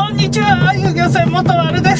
こんにちは、遊漁船元丸です。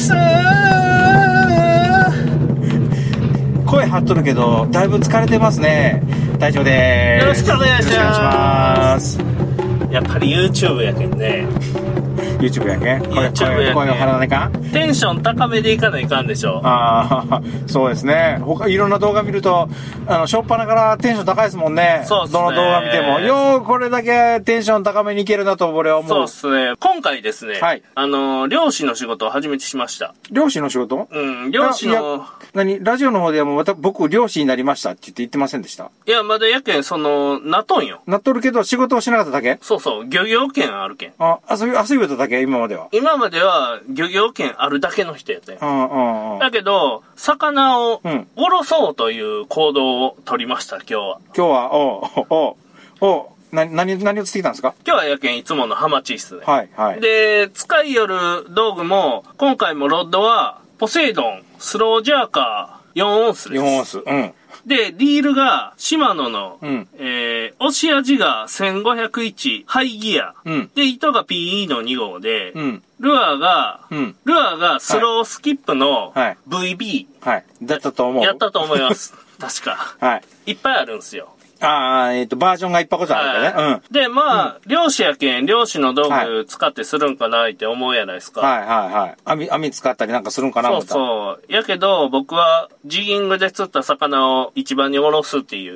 声張っとるけどだいぶ疲れてますね。大丈夫です。 よろしくお願いします。 よろしくお願いします。 やっぱり YouTube やけんね。 YouTube やけん。 YouTube やけん。 声を張らないかん。 テンション高めでいかないかんでしょ。 ああ、そうですね。他いろんな動画見ると初っ端からテンション高いですもんね。 そうっすね。 どの動画見てもようこれだけテンション高めにいけるなと俺は思う。 そうっすね。今回ですね、 はい、 漁師の仕事を初めてしました。 漁師の仕事？ うん、漁師の。 ラジオの方ではもうまた僕漁師になりましたって言ってませんでした？ いや、まだやけん、なっとんよ。 なっとるけど仕事をしなかっただけ？ そうそう、漁業権あるけん。 あ、遊びよっただけ今までは。 今までは漁業権あるだけの人やったよ。だけど、魚をおろそうという行動を取りました、今日は。 今日は、何をつってきたんですか？ 今日はやけんいつものハマチっすね。 はいはい。 で、使いよる道具も、今回もロッドは、ポセイドン、スロージャーカー、4オンスです。 4オンス。うん。 で、リールが、シマノの、 うん、 押し味が1501、ハイギア。 うん、 で、糸が PE の2号で、 うん、 ルアーがスロースキップの VB。 はい。だったと思う。 やったと思います。確か。 はい。 いっぱいあるんですよ。 バージョンがいっぱいことあるからね。うん。 で、まあ、漁師やけん、漁師の道具使ってするんかなって思うやないですか。 はいはいはい。網使ったりなんかするんかな。 そうそう。やけど、僕はジギングで釣った魚を一番におろすっていう。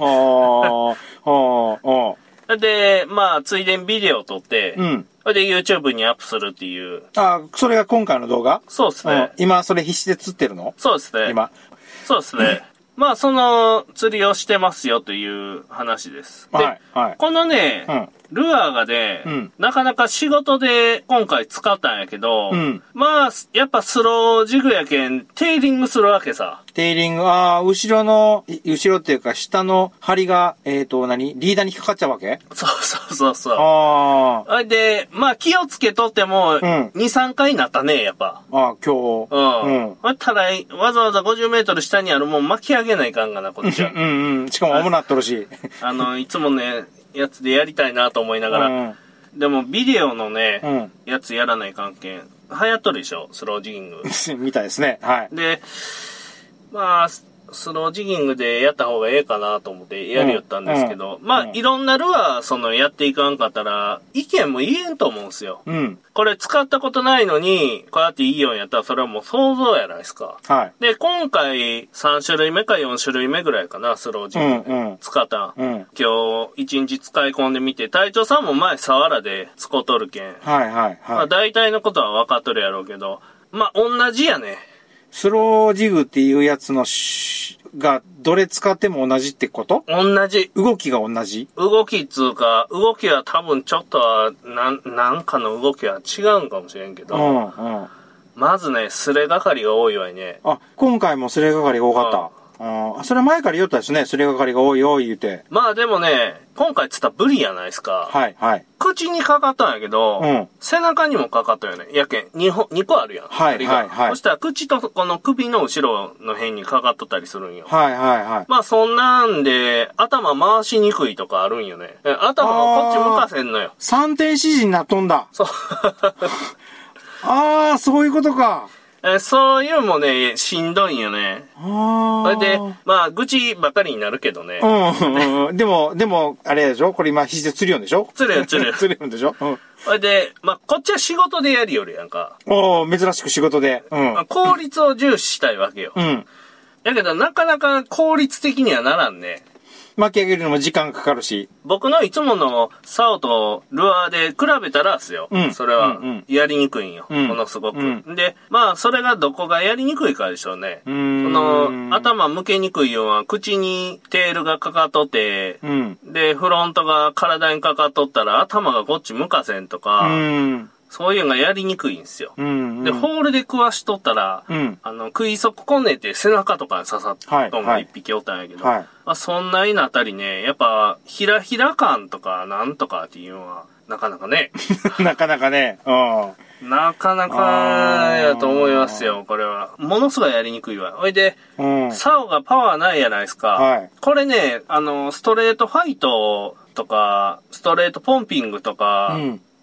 で、まあ、ついでにビデオを撮って、 うん。 それで YouTube にアップするっていう。 あ、それが今回の動画？ そうですね。 今それ必死で釣ってるの？ そうですね。 今。 そうですね。まあ、その釣りをしてますよという話です。で、 はいはい、 このね、ルアーがね、なかなか仕事で今回使ったんやけど、まあ、やっぱスロージグやけん、テーリングするわけさ。 テーリング、後ろっていうか下の針が、リーダーに引っかかっちゃうわけ？ そう。で、まあ気をつけとっても、2、3回になったね、やっぱ。 今日。 ただ、わざわざ50メートル下にあるもん巻き上げないかんがな、こっちは。 しかも重なっとるし。 いつもね、やつでやりたいなと思いながら。でも、ビデオのね、やつやらない関係。流行っとるでしょ、スロージギング。 みたいですね。はい。 で、まあ、スロージギングでやった方がええかなと思ってやりよったんですけど、まあ、いろんなルアー、やっていかんかったら、意見も言えんと思うんですよ。これ使ったことないのに、こうやっていいようにやったら、それはもう想像やないですか。 はい。 で、今回、3種類目か4種類目ぐらいかな、スロージギング。使った。今日、1日使い込んでみて、隊長さんも前、サワラで使うとるけん。まあ、大体のことは分かっとるやろうけど、まあ、同じやね。 スロージグっていうやつのがどれ使っても同じってこと？ 同じ。 動きが同じ？ 動きっつうか、動きは多分ちょっとは、なんかの動きは違うんかもしれんけど、まずね、スレ係が多いわいね。 今回もスレ係が多かった。それ前から言おったですね。スレ係が多い言うて。 まあでもね、今回つったらブリやないですか。 はいはい。 口にかかったんやけど、背中にもかかったよね。やけん、2個あるやん。 はいはいはい。 そしたら口とこの首の後ろの辺にかかっとったりするんよ。 はいはいはい。 まあそんなんで、頭回しにくいとかあるんよね。頭がこっち向かせんのよ。 3点指示になっとんだ。 そう。 そういうことか。 そういうのもね、しんどいんよね。それで、まあ、愚痴ばかりになるけどね。 でも、あれでしょ？これ今必死で釣るよんでしょ？ 釣るよ。釣るんでしょ？ それで、まあ、こっちは仕事でやりよるやんか。 珍しく仕事で。 効率を重視したいわけよ。だけど、なかなか効率的にはならんね。 巻き上げるのも時間かかるし。 僕のいつもの竿とルアーで比べたらっすよ。それは、やりにくいんよ。ものすごく。で、まあ、それがどこがやりにくいかでしょうね。頭向けにくいような、口にテールがかかっとって、で、フロントが体にかかっとったら、頭がこっち向かせんとか、そういうのがやりにくいんですよ。で、ホールで食わしとったら、食い損こねて背中とかに刺さったのが一匹おったんやけど、まあ、そんなになったりね、やっぱ、ひらひら感とかなんとかっていうのは、なかなかね。 なかなかね。 なかなかやと思いますよ、これは。ものすごいやりにくいわ。ほいで、竿がパワーないやないですか。これね、ストレートファイトとか、ストレートポンピングとか、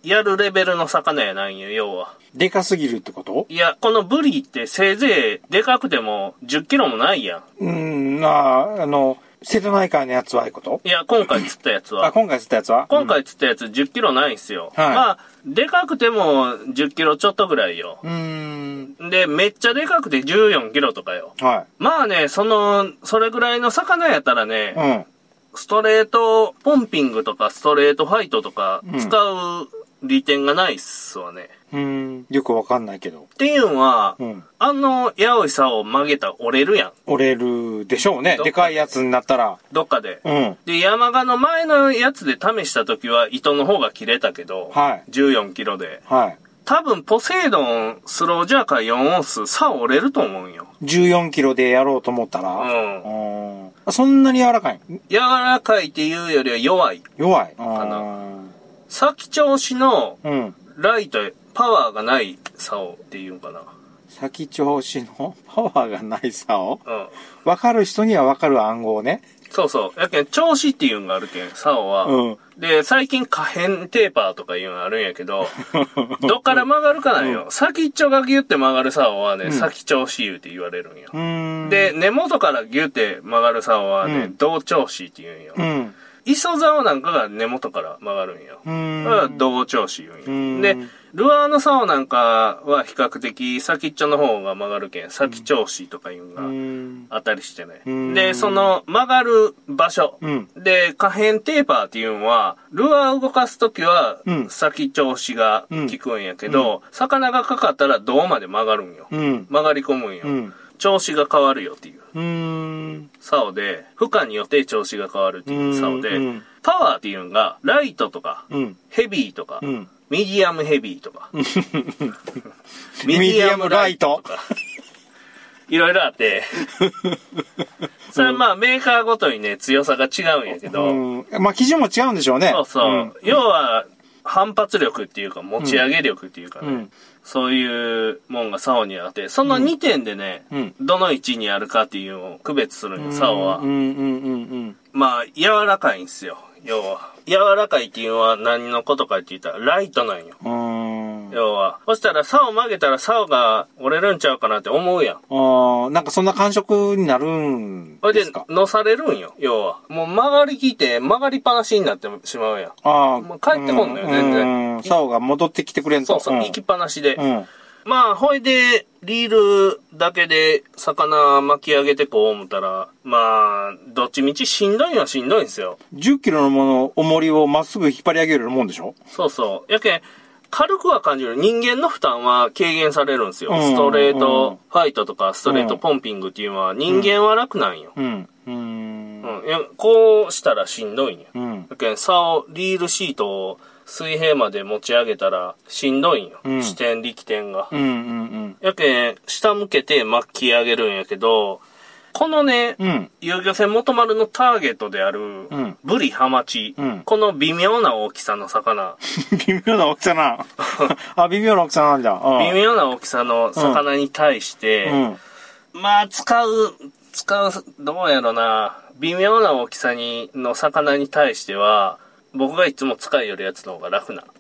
やるレベルの魚やないんよ、要は。 でかすぎるってこと？ いや、このブリってせいぜいでかくても10キロもないやん。 瀬戸内海のやつはああいうこと？ いや、今回釣ったやつは。 今回釣ったやつは今回釣ったやつ10キロないんすよ。 はい、 まあ、でかくても10キロちょっとぐらいよ。で、めっちゃでかくて14キロとかよ。 はい。 まあね、それぐらいの魚やったらね、ストレートポンピングとかストレートファイトとか使う利点がないっすわね。 よくわかんないけど。 っていうのは、八百竿を曲げたら折れるやん。 折れるでしょうね。でかいやつになったら。 どっかで。で、山鹿の前のやつで試した時は糸の方が切れたけど、14キロで。多分、ポセイドン、スロージャーカー4オンス、竿折れると思うんよ。 14キロでやろうと思ったらそんなに柔らかい？ 柔らかいっていうよりは弱い。 弱い。 かな。先調子の、ライト、パワーがない竿っていうのかな。 先調子のパワーがない竿？わかる人にはわかる暗号ね。 そうそう。やけん、調子っていうのがあるけん、竿は。で、最近可変テーパーとかいうのがあるんやけど、どっから曲がるかなんよ。先っちょがギュって曲がる竿はね、先調子言うて言われるんよ。で、根元からギュって曲がる竿はね、同調子って言うんよ。磯竿なんかが根元から曲がるんよ。だから同調子言うんよ。で、ルアーの竿なんかは比較的先っちょの方が曲がるけん、先調子とかいうのがあったりしてね。で、その曲がる場所。で、可変テーパーっていうのは、ルアー動かすときは先調子が効くんやけど、魚がかかったら胴まで曲がるんよ。曲がり込むんよ。調子が変わるよっていう。竿で、負荷によって調子が変わるっていう竿で、パワーっていうのが、ライトとか、ヘビーとか、ミディアムヘビーとか、 ミディアムライトとか、いろいろあって、それはまあメーカーごとにね、強さが違うんやけど、 まあ基準も違うんでしょうね。 そうそう。要は、反発力っていうか、持ち上げ力っていうかね、そういうもんが竿にあって、その2点でね、どの位置にあるかっていうのを区別するんよ、竿は。まあ、柔らかいんすよ、要は。柔らかいっていうのは何のことかって言ったら、ライトなんよ。要は。そしたら、竿曲げたら竿が折れるんちゃうかなって思うやん。 なんかそんな感触になるんですか？ それで、乗されるんよ、要は。もう曲がりきって曲がりっぱなしになってしまうやん。もう帰ってこんのよ、全然。 竿が戻ってきてくれんと。 そう、行きっぱなしで。まあ、ほいで、リールだけで魚巻き上げてこう思ったら、まあ、どっちみちしんどいのはしんどいんですよ。 10キロのもの、重りをまっすぐ引っ張り上げるようなもんでしょ？そうそう。やけん、軽くは感じる。人間の負担は軽減されるんですよ。ストレートファイトとかストレートポンピングっていうのは人間は楽なんよ。いやこうしたらしんどいんよ。やけん、リールシートを水平まで持ち上げたらしんどいんよ。支点力点が。やけん、下向けて巻き上げるんやけど、このね、遊漁船元丸のターゲットである、ブリハマチ、この微妙な大きさの魚。 微妙な大きさな。微妙な大きさなんだ。 微妙な大きさの魚に対して、まあ、どうやろな、微妙な大きさの魚に対しては、僕がいつも使いよるやつの方が楽な。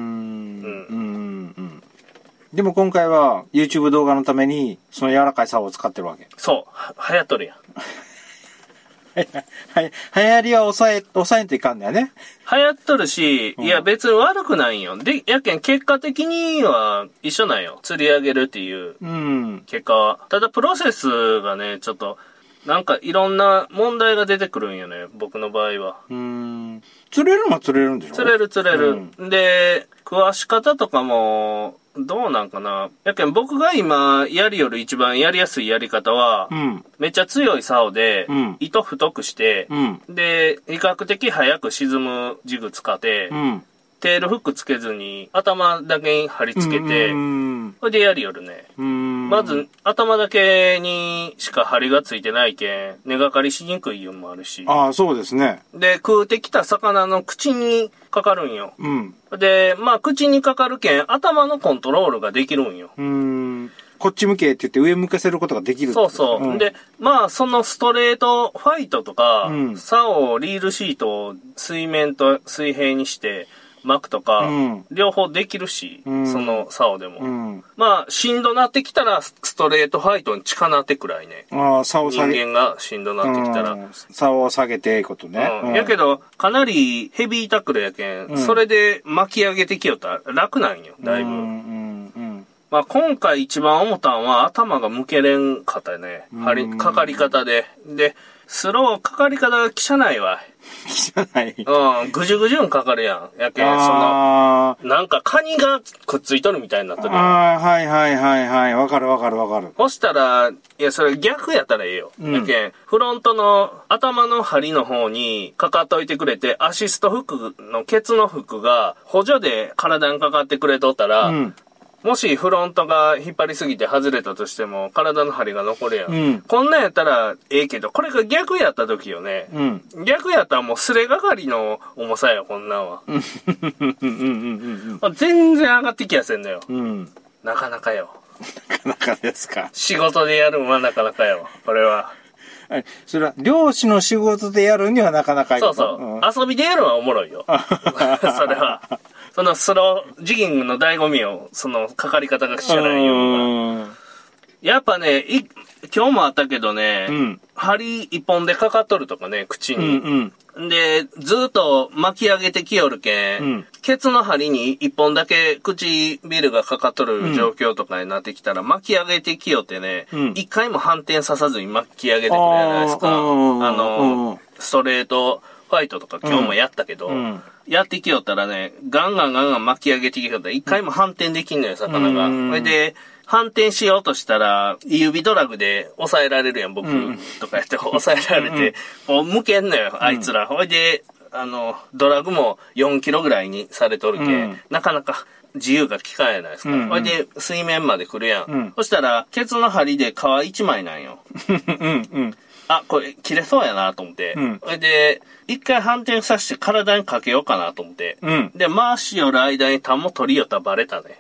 でも今回は YouTube 動画のためにその柔らかい竿を使ってるわけ。 そう。流行っとるやん。 流行りは抑えんといかんだよね。 流行っとるし、いや別に悪くないんよ。で、やけん結果的には一緒なんよ。釣り上げるっていう結果は。ただプロセスがね、ちょっと、なんかいろんな問題が出てくるんよね、僕の場合は。 釣れるのは釣れるんでしょ？釣れる。で、食わし方とかも、どうなんかな。やけん僕が今やりよる一番やりやすいやり方は、めっちゃ強い竿で、糸太くして、で、比較的早く沈むジグ使って、テールフックつけずに頭だけに貼り付けて、それでやりよるね。まず頭だけにしか針がついてないけん、根がかりしにくいのもあるし。 そうですね。 で、食うてきた魚の口にかかるんよ。で、まあ口にかかるけん、頭のコントロールができるんよ。 こっち向けって言って上向かせることができる。 そう。で、まあそのストレートファイトとか、竿をリールシートを水面と水平にして、 巻くとか、両方できるし、その竿でも。まあ、しんどなってきたら、ストレートファイトに近なってくらいね。 竿を下げ、 人間がしんどなってきたら。 竿を下げていくことね。 やけど、かなりヘビータックルやけん、それで巻き上げてきよったら楽なんよ、だいぶ。まあ、今回一番思ったのは頭が向けれんかったね。かかり方で。で、スローかかり方が汚いわ。 汚い。 ぐじゅぐじゅんかかるやん。やけん、なんかカニがくっついとるみたいになってる。 はいはいはいはい。わかる。 そしたら、いや、それ逆やったらええよ。やけん、フロントの頭の針の方にかかっといてくれて、アシストフックのケツのフックが補助で体にかかってくれとったら、もしフロントが引っ張りすぎて外れたとしても体の針が残るやん。こんなんやったらええけど、これが逆やった時よね。逆やったらもうすれがかりの重さよ、こんなんは。全然上がってきやせんのよ。なかなかよ。 なかなかですか。 仕事でやるのはなかなかよ、これは。 それは、漁師の仕事でやるにはなかなかいい。 遊びでやるのはおもろいよ。それは。そのスロージギングの醍醐味を、そのかかり方が知らないよ。やっぱね、今日もあったけどね、針一本でかかっとるとかね、口に。で、ずっと巻き上げてきよるけん、ケツの針に一本だけ唇がかかっとる状況とかになってきたら、巻き上げてきよってね、一回も反転ささずに巻き上げてくれるじゃないですか。ストレートファイトとか今日もやったけど、やってきよったらね、ガンガン巻き上げてきよったら一回も反転できんのよ、魚が。それで、反転しようとしたら、指ドラグで抑えられるやん、僕とかやって抑えられて、こう向けんのよ、あいつら。ほいで、ドラグも4キロぐらいにされとるけ、なかなか自由が利かんやないですか。ほいで、水面まで来るやん。そしたら、ケツの針で皮1枚なんよ。あ、これ切れそうやなと思って。それで、一回反転させて体にかけようかなと思って。で、回しよる間にタンも取りよったらバレたね。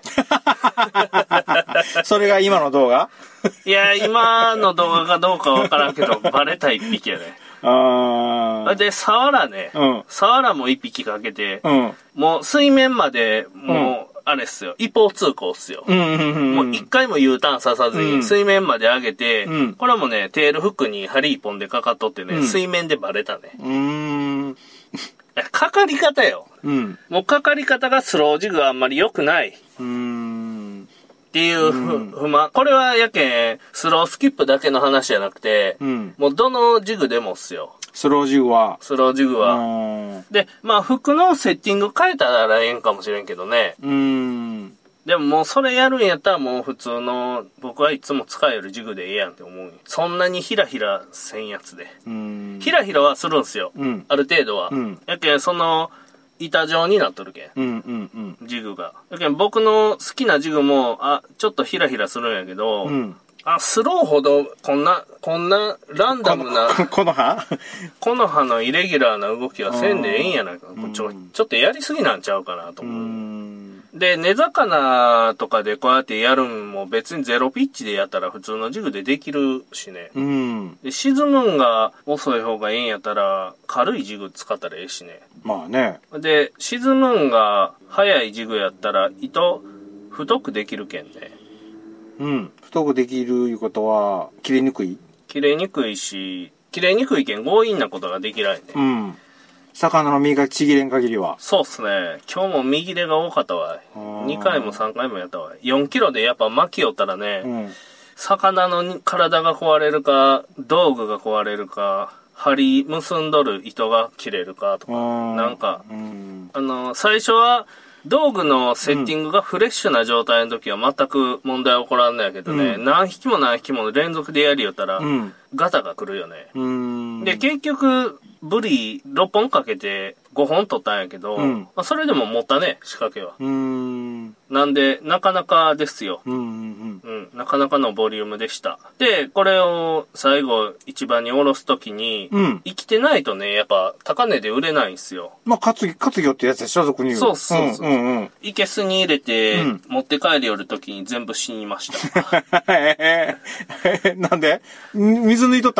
それが今の動画？ いや、今の動画かどうかわからんけど、バレた一匹やね。で、サワラね。サワラも一匹かけて、もう水面まで、もう、あれっすよ。一方通行っすよ。もう一回も U ターンささずに水面まで上げて、これもね、テールフックに針一本でかかっとってね、水面でバレたね。かかり方よ。もうかかり方がスロージグあんまり良くない。っていう不満。これはやけん、スロースキップだけの話じゃなくて、もうどのジグでもっすよ。 スロージグは。 で、まあ、服のセッティング変えたらええんかもしれんけどね。でももうそれやるんやったらもう普通の、僕はいつも使えるジグでええやんって思う。そんなにヒラヒラせんやつで。ヒラヒラはするんすよ。ある程度は。やけん、その、板状になっとるけん。ジグが。やけん、僕の好きなジグも、ちょっとヒラヒラするんやけど、スローほど、こんなランダムな、 この葉のイレギュラーな動きはせんでええんやないか。ちょっとやりすぎなんちゃうかなと思う。で、根魚とかでこうやってやるんも別にゼロピッチでやったら普通のジグでできるしね。で、沈むんが遅い方がええんやったら軽いジグ使ったらええしね。 まあね。 で、沈むんが速いジグやったら糸太くできるけんね。 太くできるいうことは、切れにくい切れにくいし、切れにくいけん強引なことができないね。 魚の身がちぎれん限りは。 そうっすね。今日も身切れが多かったわ。2回も3回もやったわ。4キロでやっぱ巻きよったらね、魚の体が壊れるか、道具が壊れるか、針結んどる糸が切れるかとか、なんか、最初は、道具のセッティングがフレッシュな状態の時は全く問題起こらんのやけどね、何匹も連続でやりよったら、ガタが来るよね。で、結局、ブリ6本かけて5本取ったんやけど、それでも持ったね、仕掛けは。なんで、なかなかですよ。なかなかのボリュームでした。で、これを最後一番に下ろすときに、生きてないとね、やっぱ高値で売れないんですよ。 まあ、活魚ってやつでしょ、俗に言う。 そう。いけすに入れて、持って帰り寄るときに全部死にました。 なんで水抜いとった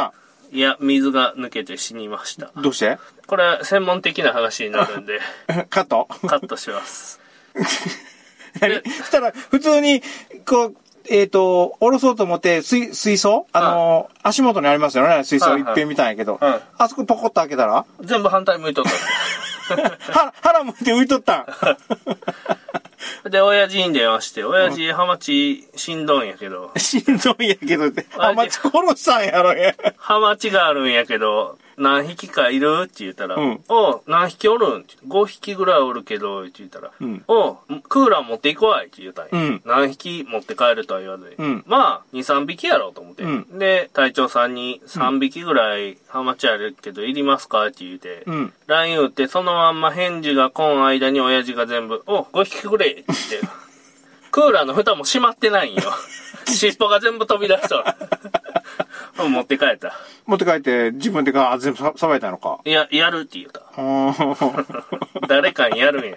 いや、水が抜けて死にました。 どうして？ これは専門的な話になるんで。 カットします。 何そしたら、普通に、こう、下ろそうと思って、水槽足元にありますよね、水槽一辺みたいやけど。あそこポコッと開けたら全部反対向いとった。 腹向いて浮いとったん。 で、親父に電話して、親父、ハマチ死んどんやけど。 死んどんやけどって、ハマチ殺したんやろや。 ハマチがあるんやけど、何匹かいるって言ったら、おう、何匹おるんって5匹ぐらいおるけど、って言ったら、おう、クーラー持っていこういって言ったんや。何匹持って帰るとは言わずに。まあ、2、3匹やろうと思って。で、隊長さんに3匹ぐらいハマチあるけど、いりますかって言うて、LINE 打って、そのまんま返事が来ん間に親父が全部、おう、5匹くれって言って、クーラーの蓋も閉まってないんよ。尻尾が全部飛び出しとる。持って帰った。 持って帰って自分で全部さばいたのか。 いや、やるって言うた。誰かにやるんや。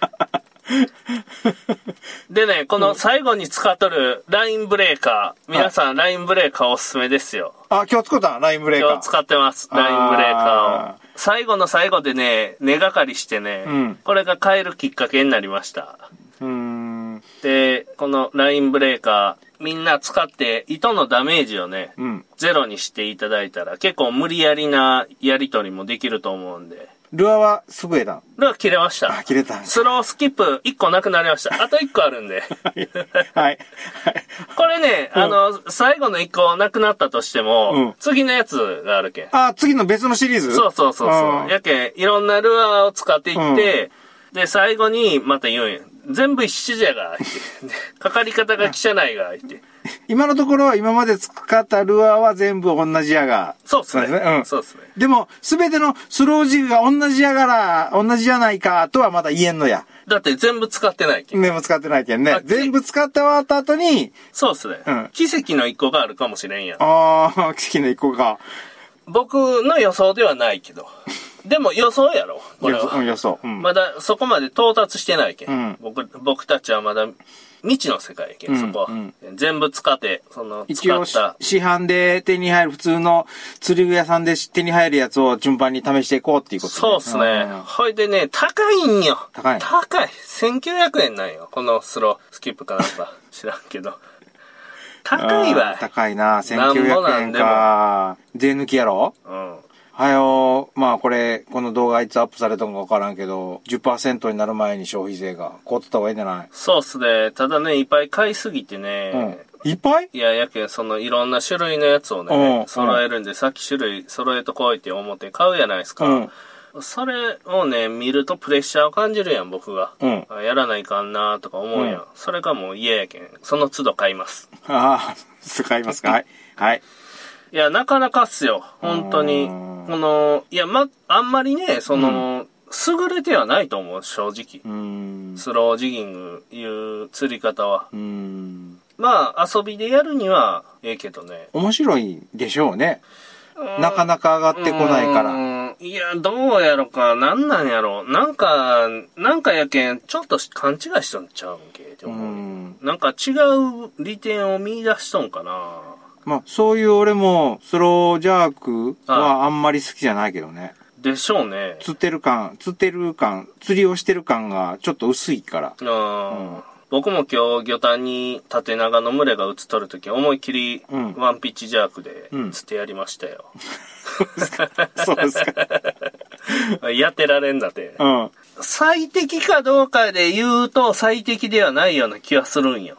でね、この最後に使っとるラインブレーカー。皆さん、ラインブレーカーおすすめですよ。 あ、今日作ったラインブレーカー。 今日使ってます。ラインブレーカーを。最後の最後でね、根がかりしてね、これが変えるきっかけになりました。で、このラインブレーカー、みんな使って糸のダメージをね、ゼロにしていただいたら結構無理やりなやり取りもできると思うんで。 ルアーはすぐえだ。 ルアー切れました。 あ、切れた。 スロースキップ1個なくなりました。あと1個あるんで。 はい。 これね、最後の1個なくなったとしても、次のやつがあるけん。 あ、次の別のシリーズ？ そう。やけん、いろんなルアーを使っていって、で、最後にまた言うんや。全部一緒じゃが、って。かかり方が汚いが、って。 今のところは今まで使ったルアーは全部同じやが。 そうっすね。そうっすね。 でも、すべてのスロージグが同じやがら、同じじゃないか、とはまだ言えんのや。 だって全部使ってないけん。 全部使ってないけんね。全部使って終わった後に。 そうっすね。奇跡の一個があるかもしれんや。 ああ、奇跡の一個が。 僕の予想ではないけど。でも予想やろこれは。 予想。 まだそこまで到達してないけん。僕たちはまだ未知の世界やけん、そこは。全部使って、 一応、市販で手に入る、普通の釣り具屋さんで手に入るやつを順番に試していこうっていうことそうっすね。ほいでね、高いんよ。高い。1900円なんよ。このスキップかなんか知らんけど。高いわ。 高いな。1900円か。税抜きやろ？はよ、まあこの動画いつアップされたのかわからんけど、10% になる前に消費税が、こう取った方がいいんじゃない？ そうっすね。ただね、いっぱい買いすぎてね。 いっぱい？ いや、やけん、いろんな種類のやつをね、揃えるんで、さっき種類揃えとこいって思って買うやないですか。それをね、見るとプレッシャーを感じるやん、僕が。やらないかんなとか思うやん。それがもう嫌やけん、その都度買います。 ああ、買いますか？はい。はい。 いや、なかなかっすよ。本当に。あんまりね、優れてはないと思う、正直。スロージギングいう釣り方は。まあ、遊びでやるにはええけどね。 面白いでしょうね。なかなか上がってこないから。 いや、どうやろか、なんやろ。なんかやけん、ちょっと勘違いしとんちゃうんけって思う。なんか違う利点を見出しとんかな。 まあ、そういう俺も、スロージャークはあんまり好きじゃないけどね。 でしょうね。 釣りをしてる感がちょっと薄いから。 僕も今日魚探に縦長の群れが映っとるとき思いっきりワンピッチジャークで釣ってやりましたよ。 そうですか。やってられんだって。最適かどうかで言うと最適ではないような気はするんよ。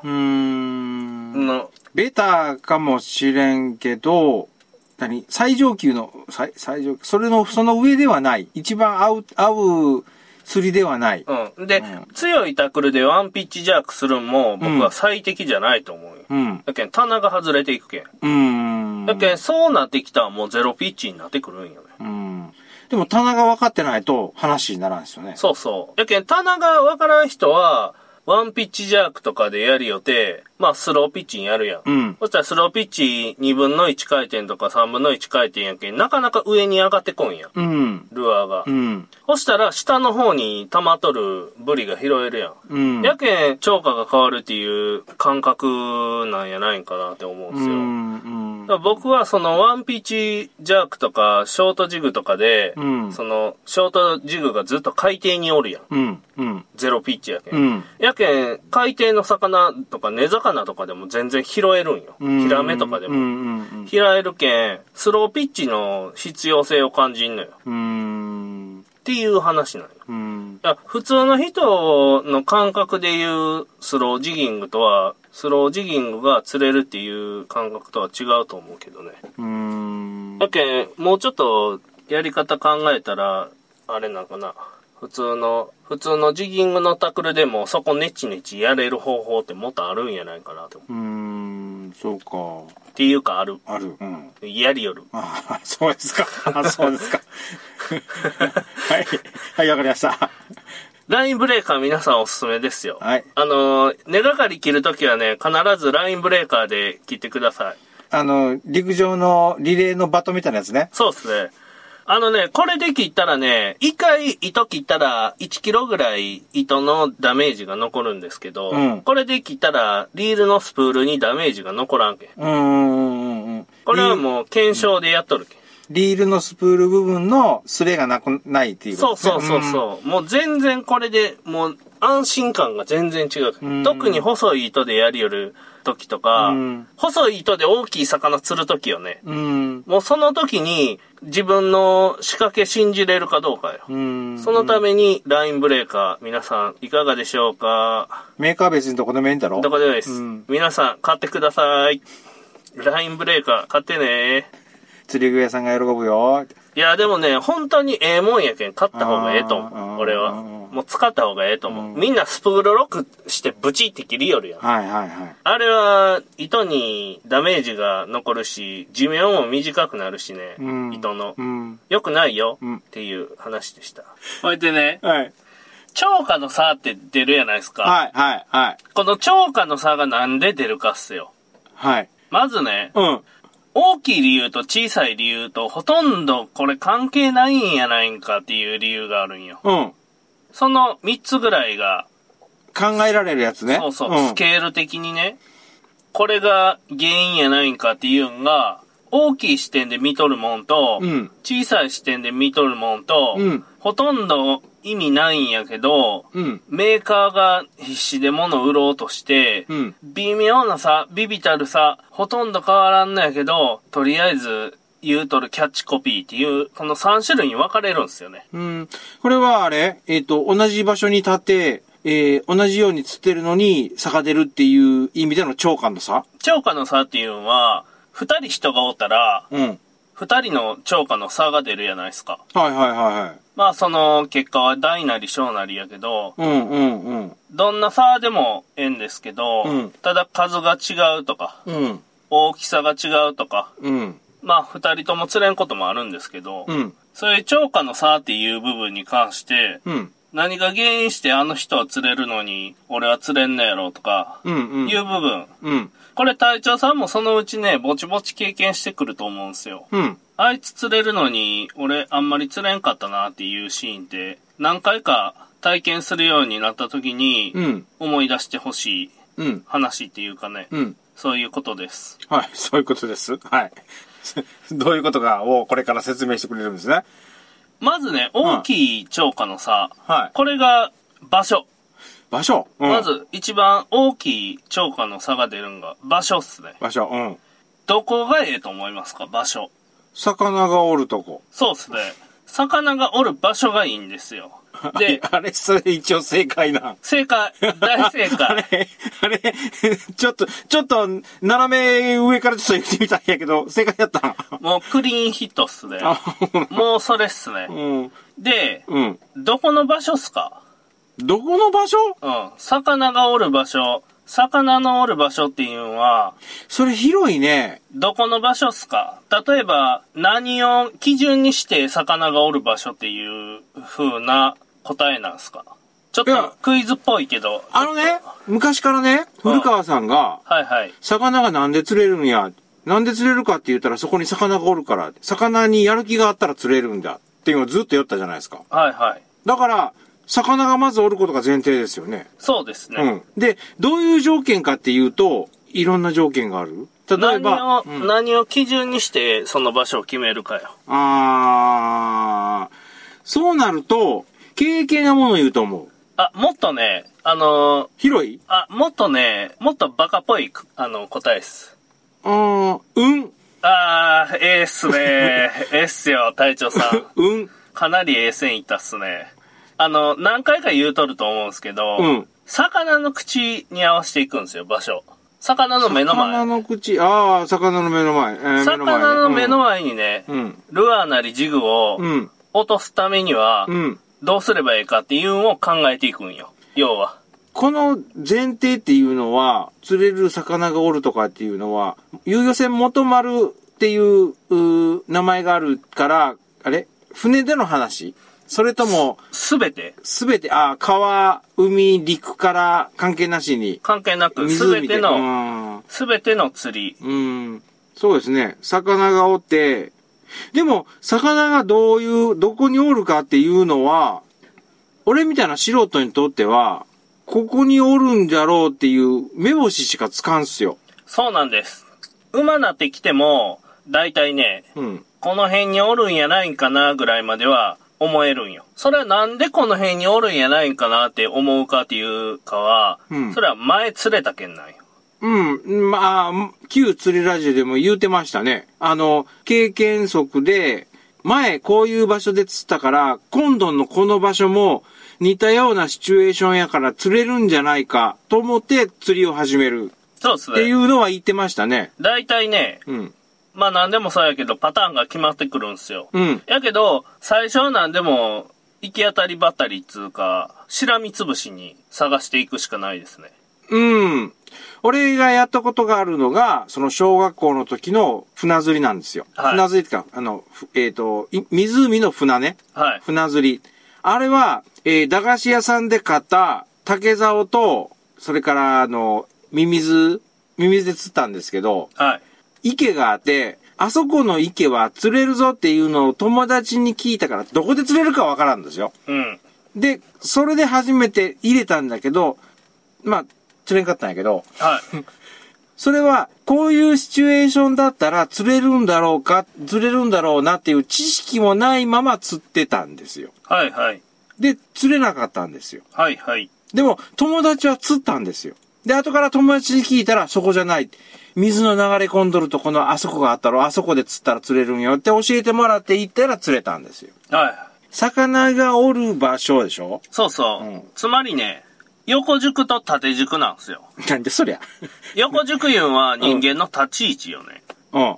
ベタかもしれんけど、最上級の、最上級、その上ではない。一番合う釣りではない。 で、強いタクルでワンピッチジャークするんも、僕は最適じゃないと思うよ。だけん、棚が外れていくけん。だけん、そうなってきたらもうゼロピッチになってくるんよね。 でも、棚が分かってないと話にならんですよね。 そうそう。だけん、棚が分からん人は、ワンピッチジャークとかでやる予定、まあスローピッチにやるやん。そしたらスローピッチ2分の1回転とか3分の1回転やけん、なかなか上に上がってこんやん。ルアーが。そしたら下の方に溜まっとるブリが拾えるやん。やけん、超過が変わるっていう感覚なんやないんかなって思うんですよ。 僕はそのワンピッチジャークとかショートジグとかで、そのショートジグがずっと海底におるやん。ゼロピッチやけん。やけん、海底の魚とか根魚とかでも全然拾えるんよ。ヒラメとかでも。拾えるけん、スローピッチの必要性を感じんのよ。っていう話なんよ。いや、普通の人の感覚で言うスロージギングとは、スロージギングが釣れるっていう感覚とは違うと思うけどね。だけん、もうちょっとやり方考えたら、あれなんかな。普通のジギングのタクルでもそこネチネチやれる方法ってもっとあるんやないかなと思う。 そうか。 っていうかある。やりよる。 そうですか。そうですか。はい。はい、わかりました。 ラインブレーカー皆さんおすすめですよ。 はい。 根がかり切るときはね、必ずラインブレーカーで切ってください。 陸上のリレーのバトみたいなやつね。 そうですね。これで切ったらね、一回糸切ったら1キロぐらい糸のダメージが残るんですけど、これで切ったらリールのスプールにダメージが残らんけん。これはもう検証でやっとるけん。 リールのスプール部分のスレがないっていうことですね。 そう。もう全然これで、もう安心感が全然違う。特に細い糸でやりよる時とか、細い糸で大きい魚釣る時よね。もうその時に自分の仕掛け信じれるかどうかよ。そのためにラインブレーカー、皆さんいかがでしょうか？ メーカー別にどこでもいいんだろ？ どこでもいいです。皆さん買ってください。ラインブレーカー買ってね。 釣り具屋さんが喜ぶよ。 いや、でもね、本当にええもんやけん買った方がええと思う。俺は。もう使った方がええと思う。みんなスプールロックしてブチって切りよるやん。あれは、糸にダメージが残るし、寿命も短くなるしね、糸の。良くないよ、っていう話でした。ほいでね、超過の差って出るやないですか。この超過の差がなんで出るかっすよ。まずね、大きい理由と小さい理由とほとんどこれ関係ないんやないんかっていう理由があるんよ。その3つぐらいが考えられるやつね。 スケール的にね。これが原因やないんかっていうのが、大きい視点で見とるもんと、小さい視点で見とるもんと、ほとんど意味ないんやけど、メーカーが必死で物を売ろうとして、微妙な差、ビビたる差、ほとんど変わらんのやけど、とりあえず言うとるキャッチコピーっていう、この3種類に分かれるんですよね。 これはあれ同じ場所に立って、同じように釣ってるのに差が出るっていう意味での超過の差？ 超過の差っていうのは、2人人がおったら、2人の超過の差が出るやないですか。まあその結果は大なり小なりやけど、どんな差でもええんですけど、ただ数が違うとか、大きさが違うとか、まあ2人とも釣れんこともあるんですけど、そういう超過の差っていう部分に関して、何が原因してあの人は釣れるのに俺は釣れんのやろとか、いう部分、これ隊長さんもそのうちね、ぼちぼち経験してくると思うんですよ。あいつ釣れるのに俺あんまり釣れんかったなっていうシーンって何回か体験するようになった時に思い出してほしい話っていうかね、そういうことです。 そういうことです。どういうことかをこれから説明してくれるんですね。 まずね、大きい超過の差、これが場所。 場所、 まず一番大きい超過の差が出るのが場所っすね。 場所、 どこがええと思いますか？場所。 魚がおるとこ。 そうっすね。魚がおる場所がいいんですよ。で、 あれ、それ一応正解な。 正解。大正解。 あれ、ちょっと、斜め上からちょっと言ってみたんやけど、正解やった。 もうクリーンヒットっすね。もうそれっすね。で、どこの場所っすか？ どこの場所？ 魚がおる場所。魚のおる場所っていうのは、 それ広いね。 どこの場所っすか？例えば、何を基準にして魚がおる場所っていう風な答えなんすか？ちょっとクイズっぽいけど。 昔からね、古川さんが、魚がなんで釣れるんや。なんで釣れるかって言ったらそこに魚がおるから、魚にやる気があったら釣れるんだっていうのをずっと言ったじゃないですか。だから、魚がまずおることが前提ですよね。 そうですね。 で、どういう条件かっていうと、いろんな条件がある。 例えば、 何を基準にしてその場所を決めるかよ。 そうなると、経験がもの言うと思う。 もっとね、 広い？ もっとバカっぽい、答えです。ええっすね。ええっすよ、隊長さん。かなりええ線いったっすね。何回か言うとると思うんですけど、魚の口に合わせていくんですよ、場所。魚の目の前。 魚の口、魚の目の前。 魚の目の前にね、ルアーなりジグを落とすためには、どうすればいいかっていうのを考えていくんよ。要は。 この前提っていうのは、釣れる魚がおるとかっていうのは、遊漁船元丸っていう名前があるから、船での話？それとも、 すべて、 川、海、陸から関係なしに。 関係なく、すべての釣り。 そうですね。魚がおって、でも、魚がどこにおるかっていうのは、俺みたいな素人にとっては、ここにおるんじゃろうっていう目星しかつかんすよ。 そうなんです。馬なってきても、だいたいね、この辺におるんやないんかなぐらいまでは思えるんよ。それはなんでこの辺におるんやないんかなって思うかっていうかは、それは前釣れたけんなんよ。 旧釣りラジオでも言うてましたね。経験則で、前こういう場所で釣ったから、今度のこの場所も似たようなシチュエーションやから釣れるんじゃないかと思って釣りを始める。 そうですね。 っていうのは言ってましたね。 大体ね、何でもそうやけどパターンが決まってくるんすよ。やけど、最初は何でも行き当たりばったりっつうか、しらみつぶしに探していくしかないですね。 俺がやったことがあるのが、その小学校の時の船釣りなんですよ。船釣りってか、湖の船ね。船釣り。あれは、駄菓子屋さんで買った竹竿と、それからミミズで釣ったんですけど、池があって、あそこの池は釣れるぞっていうのを友達に聞いたから、どこで釣れるかわからんですよ。で、それで初めて入れたんだけど、釣れんかったんやけど、それは、こういうシチュエーションだったら釣れるんだろうなっていう知識もないまま釣ってたんですよ。で、釣れなかったんですよ。でも、友達は釣ったんですよ。で、後から友達に聞いたら、そこじゃない。水の流れ込んどるとこのあそこがあったろ、あそこで釣ったら釣れるんよって教えてもらって行ったら釣れたんですよ。魚がおる場所でしょ？ そうそう。つまりね、横軸と縦軸なんですよ。 なんでそりゃ。 横軸いうのは人間の立ち位置よね。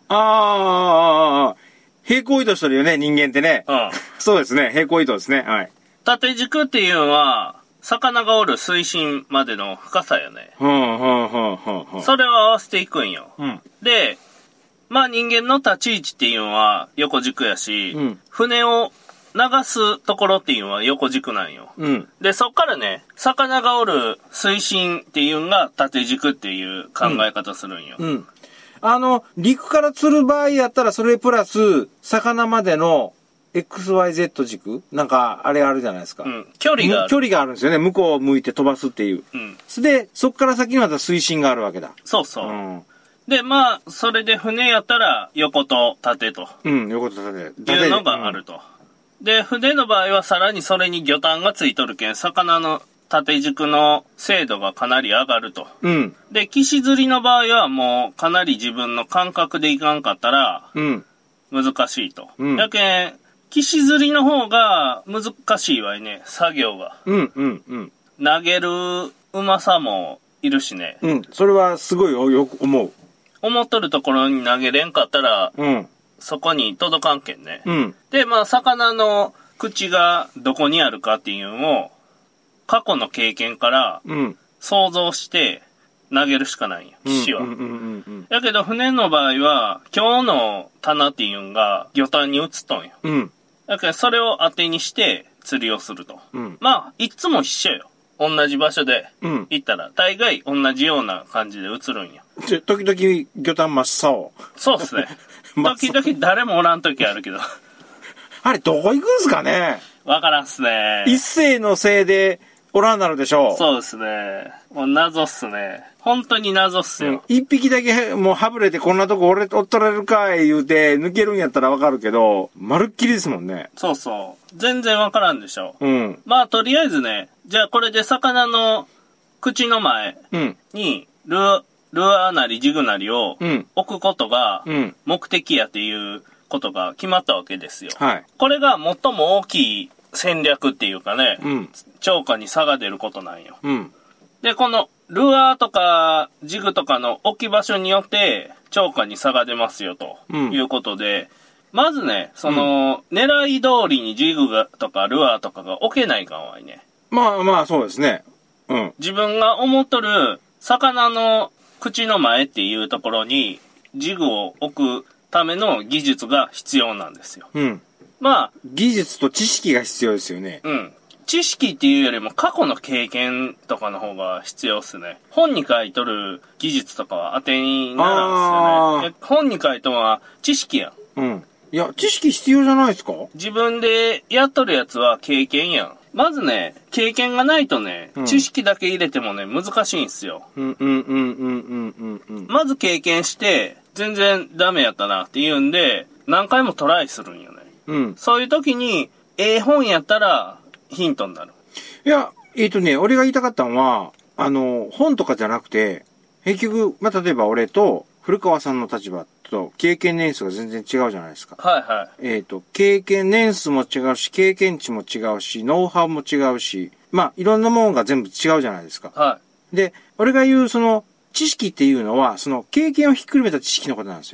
平行移動してるよね、人間ってね。そうですね、平行移動ですね。 縦軸っていうのは、魚がおる水深までの深さよね。それを合わせていくんよ。で、人間の立ち位置っていうのは横軸やし、船を流すところっていうのは横軸なんよ。で、そっからね、魚がおる水深っていうのが縦軸っていう考え方するんよ。 陸から釣る場合やったらそれプラス、魚までのXYZ 軸なんか、あれあるじゃないですか。 距離があるんですよね。向こうを向いて飛ばすっていう。で、そっから先にまた水深があるわけだ。 そうそう。で、それで船やったら横と縦と。 横と縦。 いうのがあると。で、船の場合はさらにそれに魚探がついとるけん、魚の縦軸の精度がかなり上がると。で、岸釣りの場合はもうかなり自分の感覚でいかんかったら、難しいと。やけん、岸釣りの方が難しいわいね、作業が。投げるうまさもいるしね。 それはすごいよく思う。 思っとるところに投げれんかったら、そこに届かんけんね。で、魚の口がどこにあるかっていうのを、過去の経験から想像して投げるしかないんよ、岸は。だけど船の場合は、今日の棚っていうんが魚探に移っとんよ。だからそれを当てにして釣りをすると。いつも一緒よ。同じ場所で行ったら、大概同じような感じで映るんよ。 時々魚探真っ青。 そうっすね。時々誰もおらん時あるけど。 あれどこ行くんすかね？ わからんっすね。 一斉のせいで、 おらんなるでしょう。 そうですね。もう謎っすね。本当に謎っすよ。 一匹だけもうはぶれてこんなとこ俺おっとられるかい言うて抜けるんやったらわかるけど、まるっきりですもんね。 そうそう。全然わからんでしょ。まあとりあえずね、じゃあこれで魚の口の前にルアーなりジグなりを置くことが目的やっていうことが決まったわけですよ。 はい。 これが最も大きい戦略っていうかね、釣果に差が出ることなんよ。で、このルアーとかジグとかの置き場所によって釣果に差が出ますよということで、まずね、その、狙い通りにジグとかルアーとかが置けないかんわいね。 まあまあそうですね。 自分が思っとる魚の口の前っていうところにジグを置くための技術が必要なんですよ。まあ。 技術と知識が必要ですよね。 知識っていうよりも過去の経験とかの方が必要っすね。本に書いとる技術とかは当てにならんすよね。本に書いとんは知識やん。 いや、知識必要じゃないですか？ 自分でやっとるやつは経験やん。まずね、経験がないとね、知識だけ入れてもね、難しいんすよ。まず経験して、全然ダメやったなって言うんで、何回もトライするんよね。そういう時に、本やったらヒントになる。 いや、俺が言いたかったのは、本とかじゃなくて、結局、まあ、例えば俺と古川さんの立場と経験年数が全然違うじゃないですか。経験年数も違うし、経験値も違うし、ノウハウも違うし、まあ、いろんなものが全部違うじゃないですか。で、俺が言うその、知識っていうのは、その経験をひっくるめた知識のことなんですよ。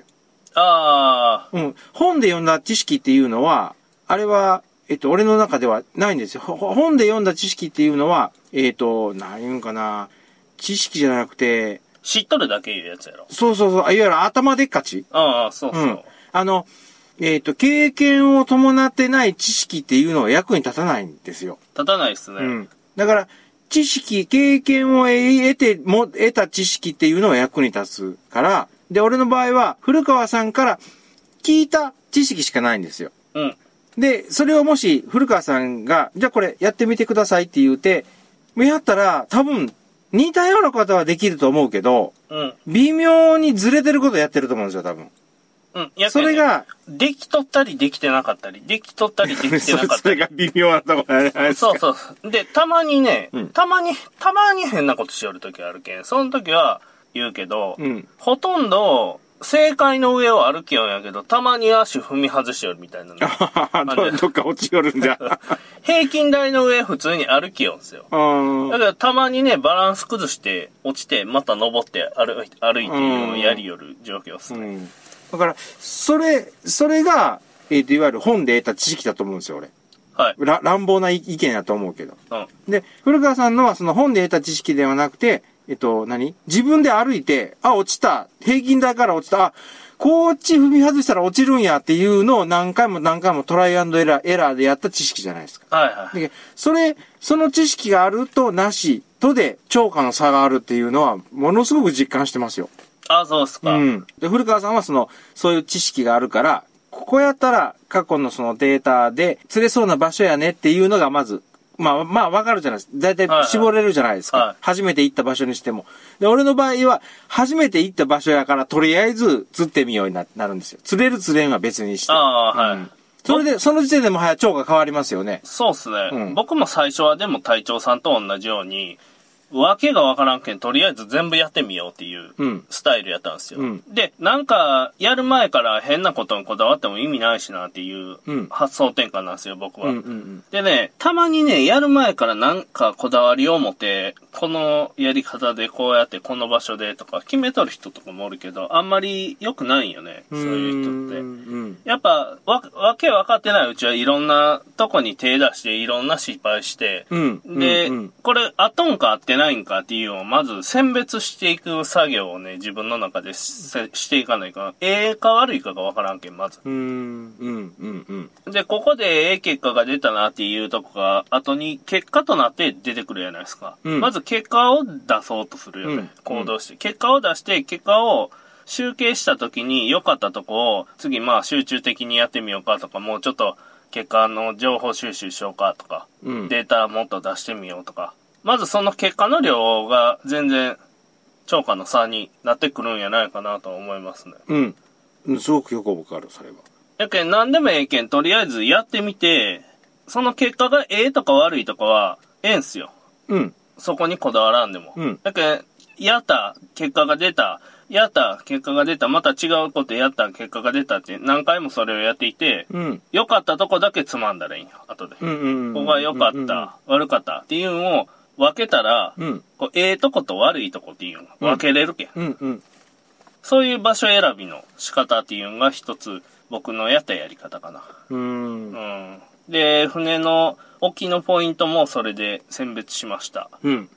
本で読んだ知識っていうのは、あれは、俺の中ではないんですよ。本で読んだ知識っていうのは、何言うんかな、知識じゃなくて、 知っとるだけいうやつやろ。 そう。いわゆる頭でっかち。 そう。 経験を伴ってない知識っていうのは役に立たないんですよ。 立たないっすね。 だから、経験を得た知識っていうのは役に立つから、で、俺の場合は、古川さんから聞いた知識しかないんですよ。で、それをもし、古川さんが、じゃあこれやってみてくださいって言うて、やったら、多分、似たようなことはできると思うけど、微妙にずれてることやってると思うんですよ、多分。それが、 できとったりできてなかったり、できとったりできてなかったり。 それが微妙なところじゃないですか。 そう。で、たまにね、たまに変なことしよるときあるけん、その時は言うけど、ほとんど、正解の上を歩きよんやけど、たまに足踏み外しよるみたいなの。どっか落ちよるんじゃ。 平均台の上普通に歩きよんすよ。だけどたまにね、バランス崩して落ちて、また登って歩いていうのをやりよる状況っすね。 だから、それが、いわゆる本で得た知識だと思うんですよ、俺。乱暴な意見だと思うけど。で、古川さんのはその本で得た知識ではなくて、自分で歩いて、落ちた。平均台から落ちた。こっち踏み外したら落ちるんやっていうのを何回もトライアンドエラーでやった知識じゃないですか。で、その知識があるとなしとで釣果の差があるっていうのは、ものすごく実感してますよ。 そうっすか。 で、古川さんはそういう知識があるから、ここやったら過去のそのデータで釣れそうな場所やねっていうのがまず、まあ、わかるじゃないですか。だいたい絞れるじゃないですか。初めて行った場所にしても。で、俺の場合は、初めて行った場所やから、とりあえず釣ってみようになるんですよ。釣れる釣れんは別にして。それで、その時点でも釣果変わりますよね。 そうっすね。僕も最初はでも隊長さんと同じように、わけがわからんけん、とりあえず全部やってみようっていうスタイルやったんですよ。で、なんか、やる前から変なことにこだわっても意味ないしなっていう発想転換なんですよ、僕は。でね、たまにね、やる前からなんかこだわりを持って、このやり方でこうやってこの場所でとか決めとる人とかもおるけど、あんまり良くないよね、そういう人って。やっぱ、わけ分かってないうちはいろんなとこに手出して、いろんな失敗して、で、これ、あっとんかあってないんかっていうのをまず選別していく作業をね、自分の中でしていかないかか悪いかがわからんけん、まず。で、ここで結果が出たなっていうとこが、後に結果となって出てくるじゃないですか。まず結果を出そうとするよね、行動して。結果を出して、結果を集計した時に良かったとこを、次集中的にやってみようかとか、もうちょっと結果の情報収集しようかとか、データもっと出してみようとか、 まずその結果の量が全然、超過の差になってくるんやないかなと思いますね。 うん。すごくよくわかる、それは。 やけん、何でもええけん、とりあえずやってみて、その結果がええとか悪いとかは、ええんすよ。 うん。 そこにこだわらんでも。 うん。 やけん、やった、結果が出た、やった、結果が出た、また違うことやった、結果が出たって何回もそれをやっていて、良かったとこだけつまんだらいいんよ、後で。ここが良かった、悪かったっていうのを分けたら、こうええとこと悪いとこっていうの分けれるけん。そういう場所選びの仕方っていうのが一つ僕のやったやり方かな。で、船の沖のポイントもそれで選別しました。